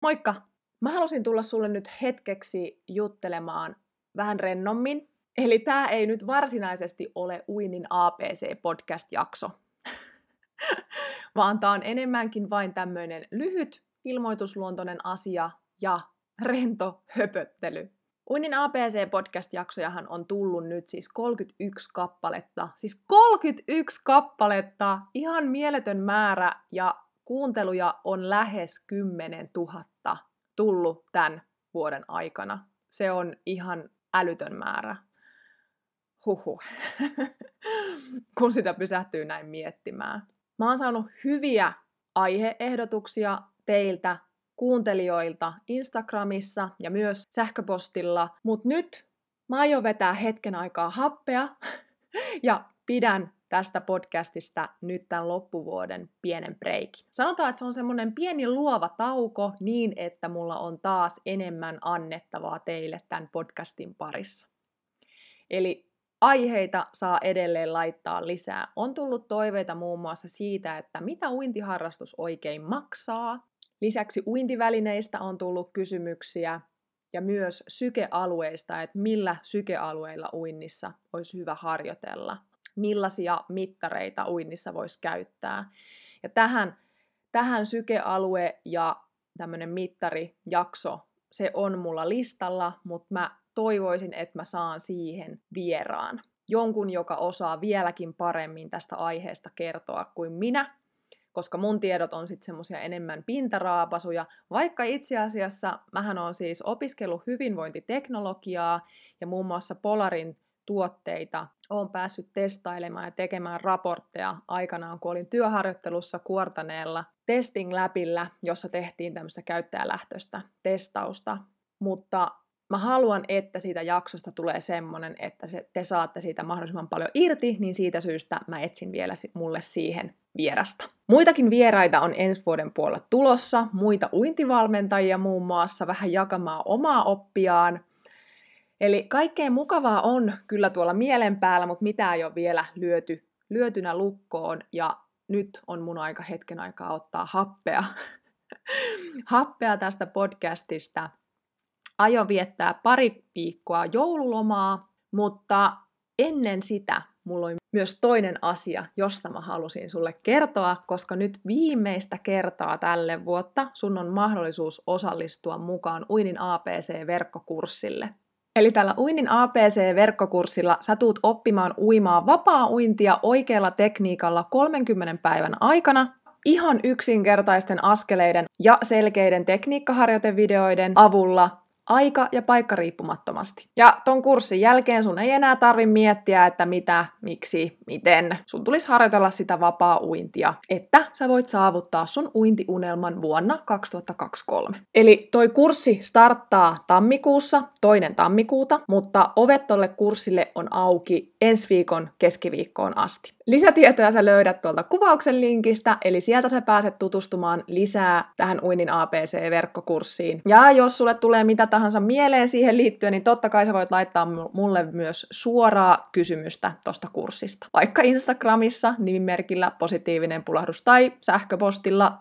Moikka! Mä halusin tulla sulle nyt hetkeksi juttelemaan vähän rennommin. Eli tää ei nyt varsinaisesti ole Uinnin ABC-podcast-jakso, vaan tää on enemmänkin vain tämmöinen lyhyt, ilmoitusluontoinen asia ja rento höpöttely. Uinnin ABC-podcast-jaksojahan on tullut nyt siis 31 kappaletta. Siis 31 kappaletta! Ihan mieletön määrä ja kuunteluja on lähes 10 000 tullut tämän vuoden aikana. Se on ihan älytön määrä. Huhhuh. Kun sitä pysähtyy näin miettimään. Mä oon saanut hyviä aiheehdotuksia teiltä, kuuntelijoilta Instagramissa ja myös sähköpostilla, mutta nyt mä aion vetää hetken aikaa happea ja pidän tästä podcastista nyt tämän loppuvuoden pienen breikin. Sanotaan, että se on semmoinen pieni luova tauko niin, että mulla on taas enemmän annettavaa teille tämän podcastin parissa. Eli aiheita saa edelleen laittaa lisää. On tullut toiveita muun muassa siitä, että mitä uintiharrastus oikein maksaa. Lisäksi uintivälineistä on tullut kysymyksiä ja myös sykealueista, että millä sykealueilla uinnissa olisi hyvä harjoitella. Millaisia mittareita uinnissa voisi käyttää. Ja tähän sykealue ja tämmöinen mittarijakso, se on mulla listalla, mutta mä toivoisin, että mä saan siihen vieraan. Jonkun, joka osaa vieläkin paremmin tästä aiheesta kertoa kuin minä, koska mun tiedot on sitten semmoisia enemmän pintaraapasuja, vaikka itse asiassa mähän on siis opiskellut hyvinvointiteknologiaa ja muun muassa Polarin tuotteita olen päässyt testailemaan ja tekemään raportteja aikanaan, kun olin työharjoittelussa Kuortaneella Testing Labillä, jossa tehtiin tämmöistä käyttäjälähtöistä testausta. Mutta mä haluan, että siitä jaksosta tulee semmoinen, että te saatte siitä mahdollisimman paljon irti, niin siitä syystä mä etsin vielä mulle siihen vierasta. Muitakin vieraita on ensi vuoden puolella tulossa, muita uintivalmentajia muun muassa, vähän jakamaan omaa oppiaan. Eli kaikkein mukavaa on kyllä tuolla mielen päällä, mutta mitään ei ole vielä lyötynä lukkoon. Ja nyt on mun aika hetken aikaa ottaa happea tästä podcastista. Aion viettää pari viikkoa joululomaa, mutta ennen sitä mulla on myös toinen asia, josta mä halusin sulle kertoa, koska nyt viimeistä kertaa tälle vuotta sun on mahdollisuus osallistua mukaan Uinnin ABC-verkkokurssille. Eli tällä Uinnin ABC-verkkokurssilla sä tuut oppimaan uimaan vapaa-uintia oikealla tekniikalla 30 päivän aikana, ihan yksinkertaisten askeleiden ja selkeiden tekniikkaharjoitevideoiden avulla aika- ja paikkariippumattomasti. Ja ton kurssin jälkeen sun ei enää tarvi miettiä, että mitä, miksi, miten. Sun tulisi harjoitella sitä vapaa-uintia, että sä voit saavuttaa sun uintiunelman vuonna 2023. Eli toi kurssi starttaa tammikuussa, 2. tammikuuta, mutta ovet tolle kurssille on auki ensi viikon keskiviikkoon asti. Lisätietoja sä löydät tuolta kuvauksen linkistä, eli sieltä sä pääset tutustumaan lisää tähän Uinnin ABC-verkkokurssiin. Ja jos sulle tulee mitä tahansa mieleen siihen liittyen, niin totta kai sä voit laittaa mulle myös suoraa kysymystä tosta kurssista. Vaikka Instagramissa nimimerkillä positiivinen pulahdus tai sähköpostilla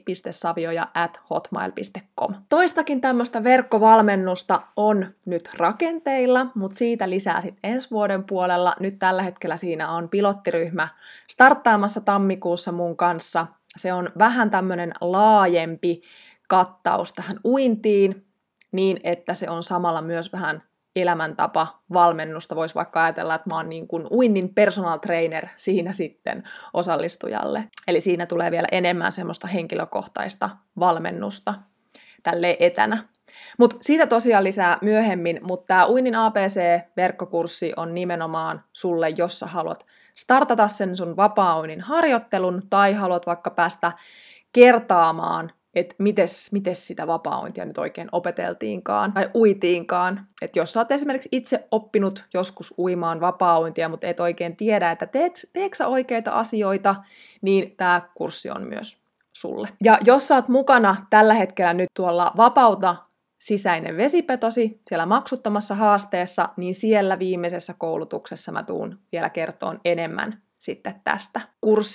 heidi.savioja@hotmail.com. Toistakin tämmöistä verkkovalmennusta on nyt rakenteilla, mutta siitä lisää sitten ensi vuoden puolella. Nyt tällä hetkellä siinä on pilottiryhmä starttaamassa tammikuussa mun kanssa. Se on vähän tämmöinen laajempi kattaus tähän uintiin, niin että se on samalla myös vähän elämäntapa valmennusta. Voisi vaikka ajatella, että mä oon niin kuin uinnin personal trainer siinä sitten osallistujalle. Eli siinä tulee vielä enemmän semmoista henkilökohtaista valmennusta tälleen etänä. Mutta siitä tosiaan lisää myöhemmin, mutta tämä Uinnin ABC-verkkokurssi on nimenomaan sulle, jos sä haluat startata sen sun vapaa-uinnin harjoittelun tai haluat vaikka päästä kertaamaan, että mites sitä vapaa-uintia nyt oikein opeteltiinkaan tai uitiinkaan. Että jos sä oot esimerkiksi itse oppinut joskus uimaan vapaa-uintia, mutta et oikein tiedä, että teetkö sä oikeita asioita, niin tämä kurssi on myös sulle. Ja jos sä oot mukana tällä hetkellä nyt tuolla Vapauta sisäinen vesipetosi siellä maksuttomassa haasteessa, niin siellä viimeisessä koulutuksessa mä tuun vielä kertoon enemmän sitten tästä kurssista.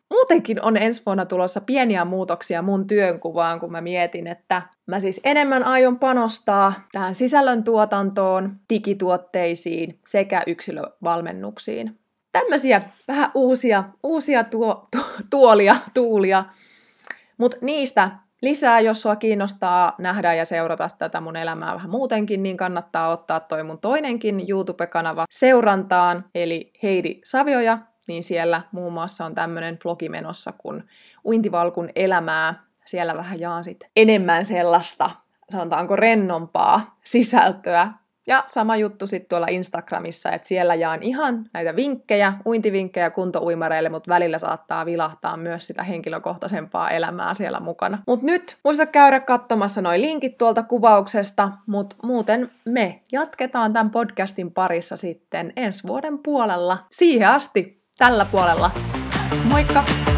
muutenkin on ensi vuonna tulossa pieniä muutoksia mun työnkuvaan, kun mä mietin, että mä siis enemmän aion panostaa tähän sisällöntuotantoon, digituotteisiin sekä yksilövalmennuksiin. Tämmöisiä vähän uusia tuulia. Mutta niistä lisää, jos sua kiinnostaa nähdä ja seurata tätä mun elämää vähän muutenkin, niin kannattaa ottaa toi mun toinenkin YouTube-kanava seurantaan, eli Heidi Savioja, niin siellä muun muassa on tämmönen vlogi menossa kuin Uintivalkun elämää. Siellä vähän jaan sit enemmän sellaista, sanotaanko rennompaa sisältöä. Ja sama juttu sitten tuolla Instagramissa, että siellä jaan ihan näitä vinkkejä, uintivinkkejä kuntouimareille, mutta välillä saattaa vilahtaa myös sitä henkilökohtaisempaa elämää siellä mukana. Mutta nyt muista käydä katsomassa noi linkit tuolta kuvauksesta, mutta muuten me jatketaan tämän podcastin parissa sitten ensi vuoden puolella. Siihen asti tällä puolella. Moikka!